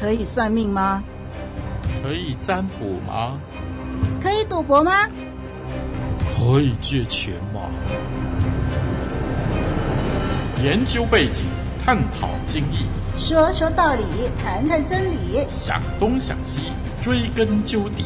可以算命吗？ 可以占卜吗？ 可以赌博吗？ 可以借钱吗？研究背景，探讨经义， 说说道理，谈谈真理， 想东想西，追根究底。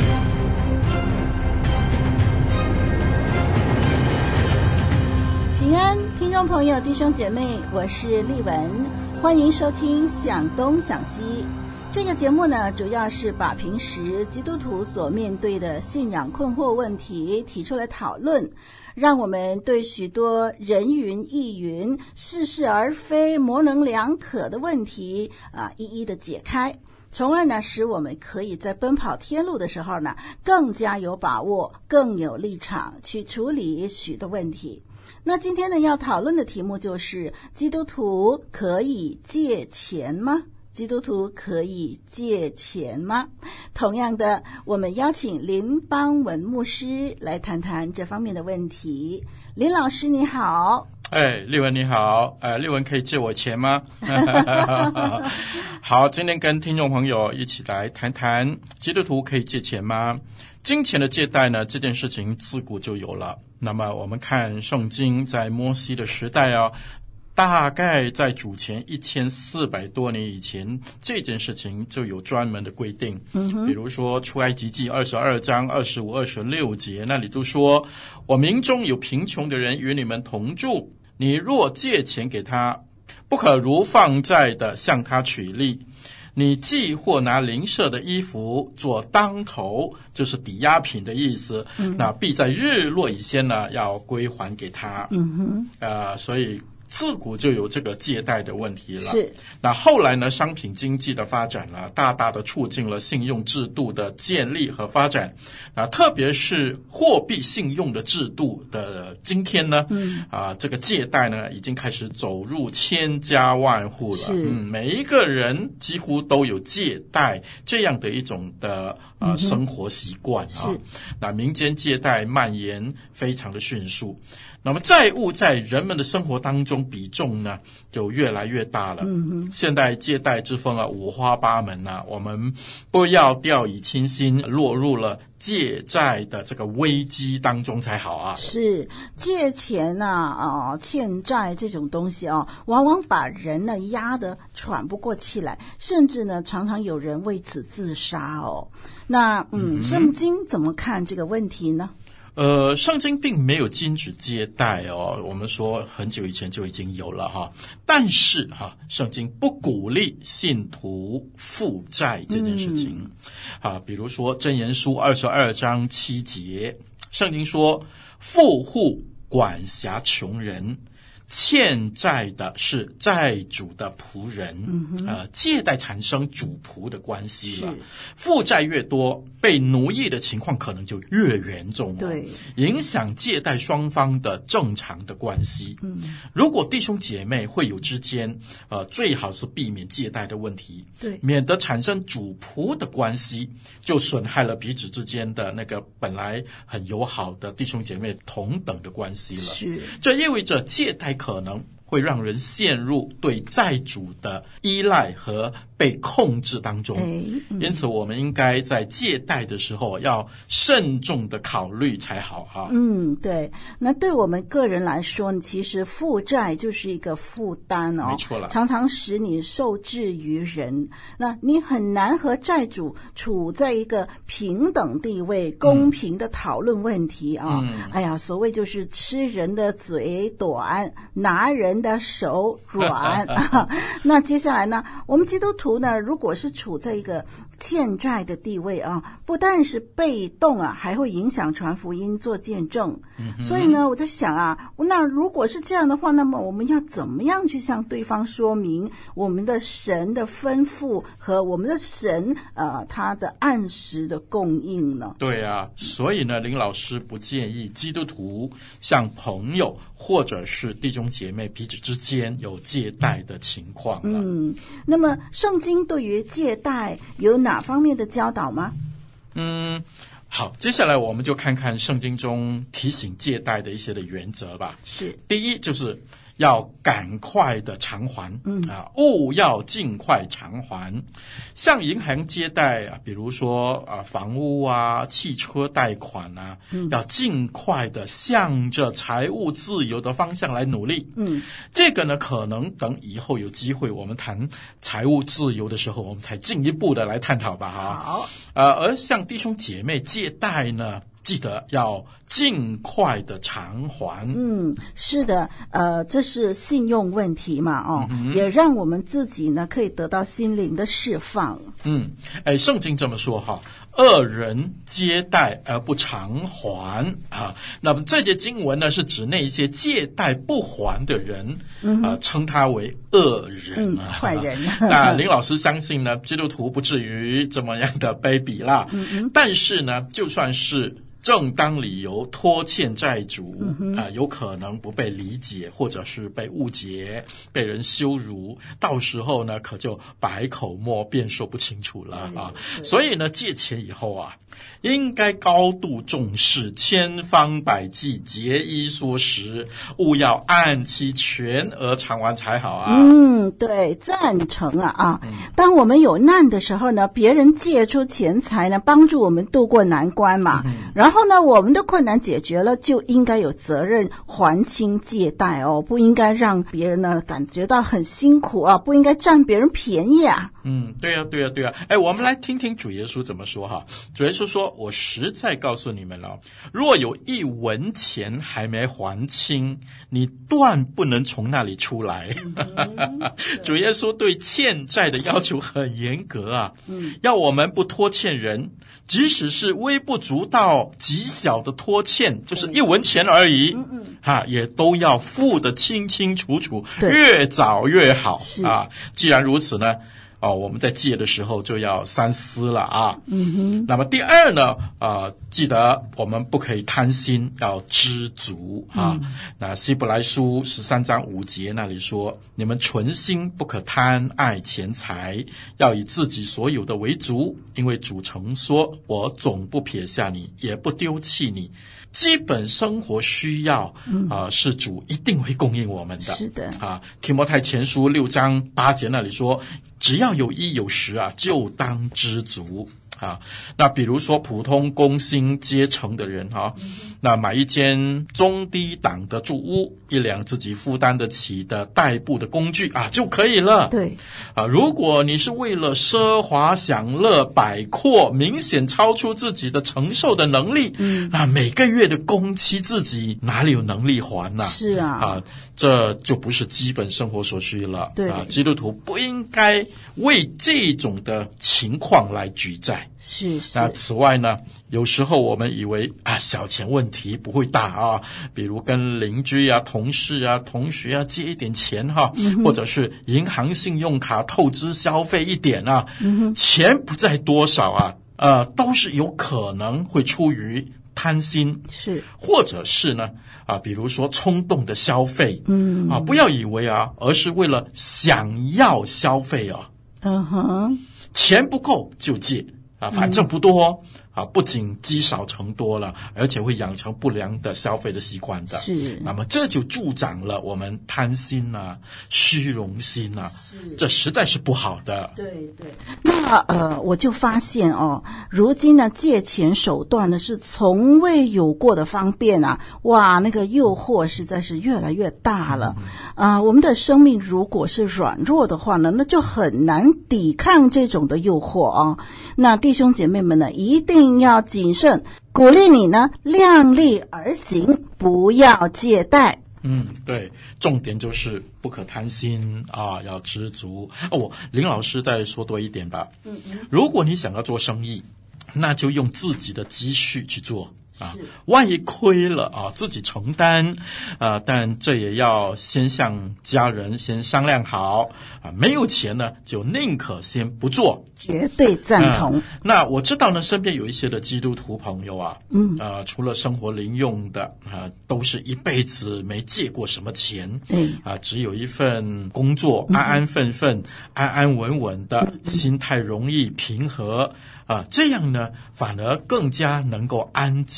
平安，听众朋友、弟兄姐妹，我是丽文，欢迎收听想东想西。这个节目呢，主要是把平时基督徒所面对的信仰困惑问题提出来讨论，让我们对许多人云亦云、似是而非、模棱两可的问题一一的解开，从而呢，使我们可以在奔跑天路的时候呢，更加有把握、更有立场去处理许多问题。那今天呢，要讨论的题目就是基督徒可以借钱吗？基督徒可以借钱吗？同样的，我们邀请林邦文牧师来谈谈这方面的问题。林老师你好。 丽文你好，丽文可以借我钱吗？好，今天跟听众朋友一起来谈谈基督徒可以借钱吗？金钱的借贷呢，这件事情自古就有了。那么我们看圣经，在摩西的时代大概在主前1400多年以前，这件事情就有专门的规定。比如说出埃及记22章25、26节，那里都说，我民中有贫穷的人与你们同住，你若借钱给他，不可如放债的向他取利。你寄或拿邻舍的衣服做当头，就是抵押品的意思，那必在日落以前呢，要归还给他。所以自古就有这个借贷的问题了。是。那后来呢，商品经济的发展呢，大大的促进了信用制度的建立和发展。特别是货币信用的制度的今天呢，这个借贷呢，已经开始走入千家万户了。每一个人几乎都有借贷这样的一种的生活习惯啊。那民间借贷蔓延非常的迅速。那么债务在人们的生活当中比重呢，就越来越大了。现在借贷之风五花八门我们不要掉以轻心，落入了借债的这个危机当中才好啊。是，借钱欠债这种东西往往把人呢压得喘不过气来，甚至呢常常有人为此自杀那圣经怎么看这个问题呢？圣经并没有禁止借贷我们说很久以前就已经有了但是圣经不鼓励信徒负债这件事情比如说箴言书22章7节，圣经说，富户管辖穷人，欠债的是债主的仆人。借贷产生主仆的关系了，负债越多，被奴役的情况可能就越严重对，影响借贷双方的正常的关系。如果弟兄姐妹会友之间最好是避免借贷的问题，对，免得产生主仆的关系，就损害了彼此之间的那个本来很友好的弟兄姐妹同等的关系了。是，这意味着借贷可能会让人陷入对债主的依赖和被控制当中。因此我们应该在借贷的时候要慎重的考虑才好对，那对我们个人来说，其实负债就是一个负担没错了，常常使你受制于人，那你很难和债主处在一个平等地位，公平的讨论问题所谓就是吃人的嘴短，拿人的手软那接下来呢，我们基督徒呢，如果是处在一个欠债的地位不但是被动还会影响传福音做见证。所以呢，我在想那如果是这样的话，那么我们要怎么样去向对方说明我们的神的吩咐和我们的神他的按时的供应呢？对所以呢，林老师不建议基督徒向朋友或者是弟兄姐妹彼此之间有借贷的情况了。那么圣经对于借贷有哪方面的教导吗？好，接下来我们就看看圣经中提醒借贷的一些的原则吧。是，第一就是要赶快的偿还，物要尽快偿还。向银行借贷啊，比如说房屋啊、汽车贷款啊，要尽快的向着财务自由的方向来努力。这个呢，可能等以后有机会我们谈财务自由的时候，我们才进一步的来探讨吧。 好， 而向弟兄姐妹借贷呢，记得要尽快的偿还。 是的，这是信用问题嘛，也让我们自己呢可以得到心灵的释放。 圣经这么说哈，恶人接贷而不偿还啊。那么这节经文呢，是指那些借贷不还的人，称他为恶人坏人。 那林老师相信呢，基督徒不至于这么样的卑鄙啦。但是呢，就算是正当理由拖欠债主有可能不被理解，或者是被误解、被人羞辱，到时候呢可就百口莫辩，说不清楚了啊。所以呢，借钱以后啊，应该高度重视，千方百计，节衣缩食，务要按期全额偿还才好啊。 对，赞成啊。当我们有难的时候呢，别人借出钱财呢，帮助我们渡过难关嘛。然后呢，我们的困难解决了，就应该有责任还清借贷哦，不应该让别人呢感觉到很辛苦啊，不应该占别人便宜啊。 对啊。我们来听听主耶稣怎么说哈。主耶稣说：“我实在告诉你们了，若有一文钱还没还清，你断不能从那里出来。”主耶稣对欠债的要求很严格啊，要我们不拖欠人，即使是微不足道、极小的拖欠，就是一文钱而已，也都要付得清清楚楚，越早越好啊。既然如此呢，我们在借的时候就要三思了啊。那么第二呢，记得我们不可以贪心，要知足啊。那希伯来书13章5节那里说：“你们存心不可贪爱钱财，要以自己所有的为足，因为主曾说，我总不撇下你，也不丢弃你。”基本生活需要是主一定会供应我们的。 是的提摩太前书6章8节那里说，只要有衣有食就当知足。那比如说普通工薪阶层的人那买一间中低档的住屋，一辆自己负担得起的代步的工具就可以了。 对如果你是为了奢华享乐摆阔，明显超出自己的承受的能力，每个月的工期自己哪里有能力还呢？ 是这就不是基本生活所需了。 对基督徒不应该为这种的情况来举债。 是那此外呢，有时候我们以为小钱问题不会大比如跟邻居同事同学借一点钱或者是银行信用卡透支消费一点钱不在多少都是有可能会出于贪心， 是或者是呢比如说冲动的消费，不要以为而是为了想要消费钱不够就借反正不多不仅积少成多了，而且会养成不良的消费的习惯的。 是， 那么这就助长了我们贪心虚荣心这实在是不好的。 对。那我就发现如今呢借钱手段呢是从未有过的方便哇，那个诱惑实在是越来越大了。我们的生命如果是软弱的话呢，那就很难抵抗这种的诱惑那弟兄姐妹们呢，一定要谨慎，鼓励你呢量力而行，不要借贷。 对，重点就是不可贪心要知足。林老师再说多一点吧。如果你想要做生意，那就用自己的积蓄去做万一亏了自己承担但这也要先向家人先商量好没有钱呢，就宁可先不做。 绝对赞同。 那我知道呢，身边有一些的基督徒朋友除了生活零用的都是一辈子没借过什么钱，只有一份工作，安安分分，安安稳稳的，心态容易平和这样呢反而更加能够安静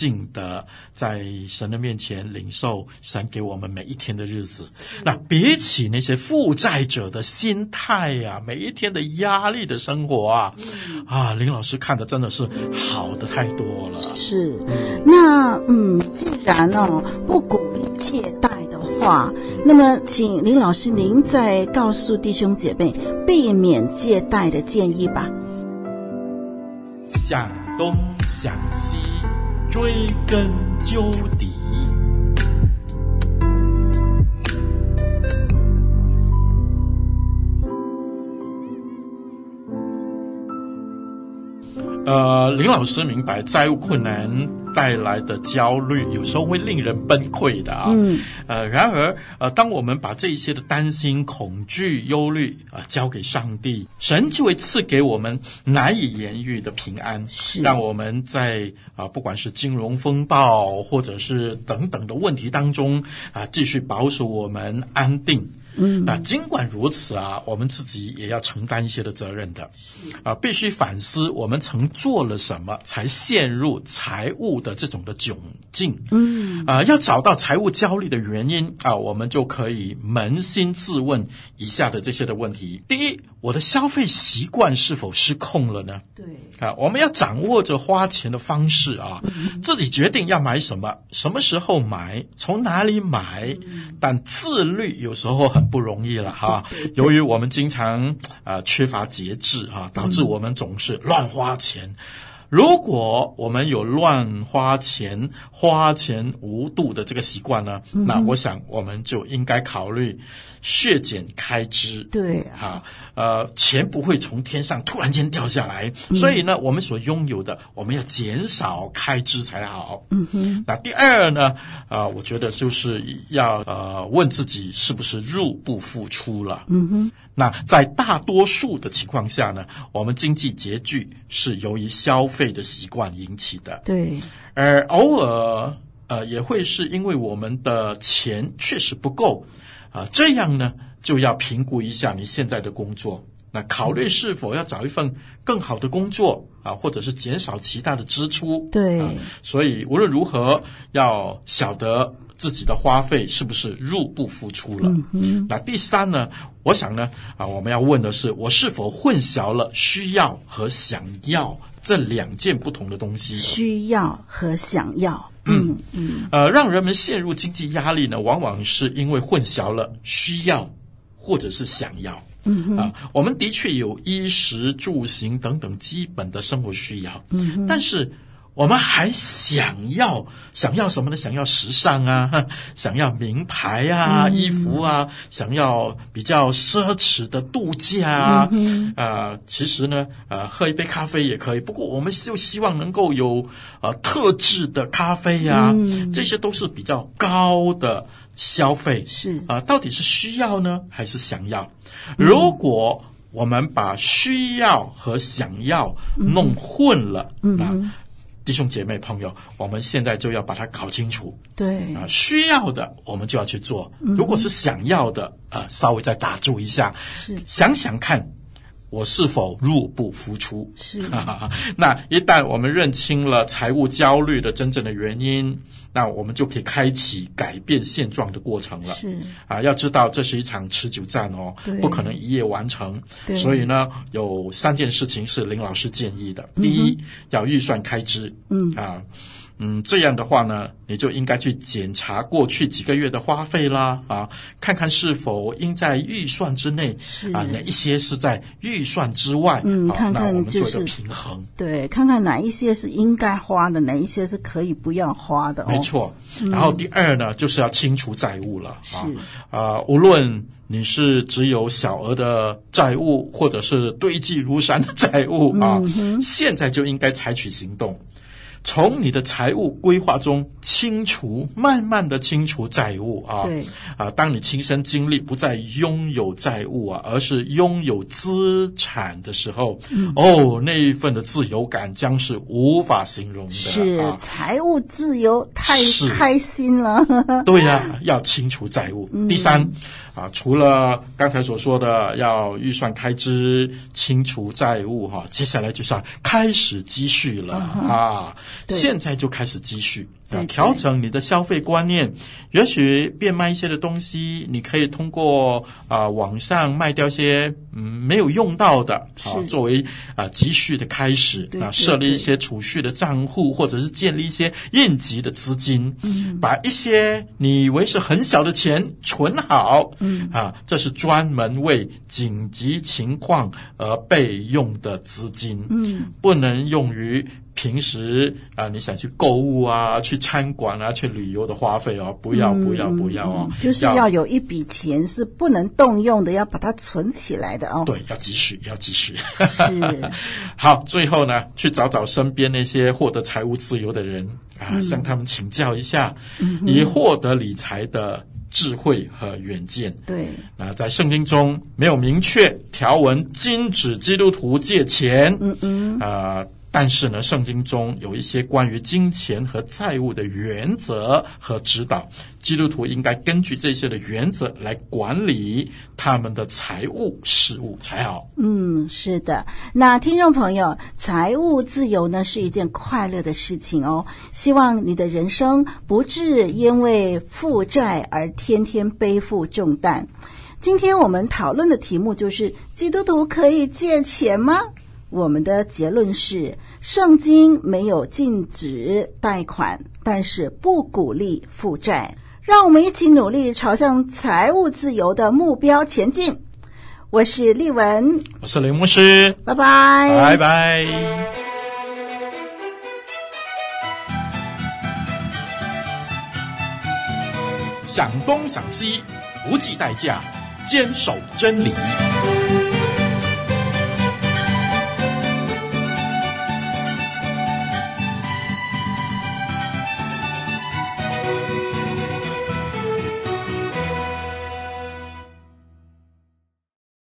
静的在神的面前领受神给我们每一天的日子。那比起那些负债者的心态呀，每一天的压力的生活啊，林老师看的真的是好的太多了。 是，那既然不鼓励借贷的话，那么请林老师您再告诉弟兄姐妹避免借贷的建议吧。 向东向西，追根究底。林老师明白债务困难带来的焦虑有时候会令人崩溃的然而当我们把这一些的担心、恐惧、忧虑交给上帝，神就会赐给我们难以言喻的平安，让我们在不管是金融风暴或者是等等的问题当中继续保守我们安定。那尽管如此我们自己也要承担一些的责任的必须反思我们曾做了什么才陷入财务的这种的窘境。要找到财务焦虑的原因我们就可以扪心自问以下的这些的问题。第一，我的消费习惯是否失控了呢？ 对我们要掌握着花钱的方式自己决定要买什么，什么时候买，从哪里买。但自律有时候很不容易了由于我们经常缺乏节制导致我们总是乱花钱。如果我们有乱花钱、花钱无度的这个习惯呢，那我想我们就应该考虑削减开支。 对钱不会从天上突然间掉下来，所以呢，我们所拥有的，我们要减少开支才好。那第二呢，我觉得就是要问自己是不是入不敷出了。那在大多数的情况下呢，我们经济拮据是由于消费的习惯引起的。 对， 而偶尔也会是因为我们的钱确实不够这样呢就要评估一下你现在的工作，那考虑是否要找一份更好的工作或者是减少其他的支出。 对所以无论如何要晓得自己的花费是不是入不敷出了。那第三呢，我想呢我们要问的是，我是否混淆了需要和想要这两件不同的东西。 需要和想要让人们陷入经济压力呢，往往是因为混淆了需要或者是想要。我们的确有衣食住行等等基本的生活需要，但是我们还想要什么呢？想要时尚想要名牌衣服想要比较奢侈的度假其实呢喝一杯咖啡也可以，不过我们就希望能够有特制的咖啡这些都是比较高的消费。 是到底是需要呢还是想要？如果我们把需要和想要弄混了弟兄姐妹朋友，我们现在就要把它搞清楚。 对需要的我们就要去做，如果是想要的稍微再打住一下，想想看我是否入不敷出。 是那一旦我们认清了财务焦虑的真正的原因，那我们就可以开启改变现状的过程了。 是要知道这是一场持久战不可能一夜完成。所以呢，有3件事情是林老师建议的。第一，要预算开支。这样的话呢，你就应该去检查过去几个月的花费啦看看是否应在预算之内哪一些是在预算之外看看那我们做一个平衡。 对，看看哪一些是应该花的，哪一些是可以不要花的。 没错。然后第二呢，就是要清除债务了无论你是只有小额的债务或者是堆积如山的债务现在就应该采取行动，从你的财务规划中慢慢的清除债务对当你亲身经历不再拥有债务而是拥有资产的时候那一份的自由感将是无法形容的。 是财务自由，太开心了。 对要清除债务。第三除了刚才所说的要预算开支、清除债务接下来就是要开始积蓄了现在就开始积蓄对， 调整你的消费观念。也许变卖一些的东西，你可以通过网上卖掉一些没有用到的，作为积蓄的开始。设立一些储蓄的账户，或者是建立一些应急的资金，把一些你以为是很小的钱存好，这是专门为紧急情况而备用的资金，不能用于平时你想去购物去餐馆去旅游的花费不要哦， 就是要有一笔钱是不能动用的，要把它存起来的哦。 对，要积蓄。 是。 好，最后呢，去找身边那些获得财务自由的人向他们请教一下，以获得理财的智慧和远见。 对， 那在圣经中没有明确条文禁止基督徒借钱，但是呢，圣经中有一些关于金钱和债务的原则和指导，基督徒应该根据这些的原则来管理他们的财务事务才好。 是的。那听众朋友，财务自由呢是一件快乐的事情哦。希望你的人生不致因为负债而天天背负重担。今天我们讨论的题目就是基督徒可以借钱吗？我们的结论是，圣经没有禁止贷款，但是不鼓励负债。让我们一起努力朝向财务自由的目标前进。我是丽文， 我是雷牧师， 拜拜， 拜拜。想东想西，不计代价，坚守真理。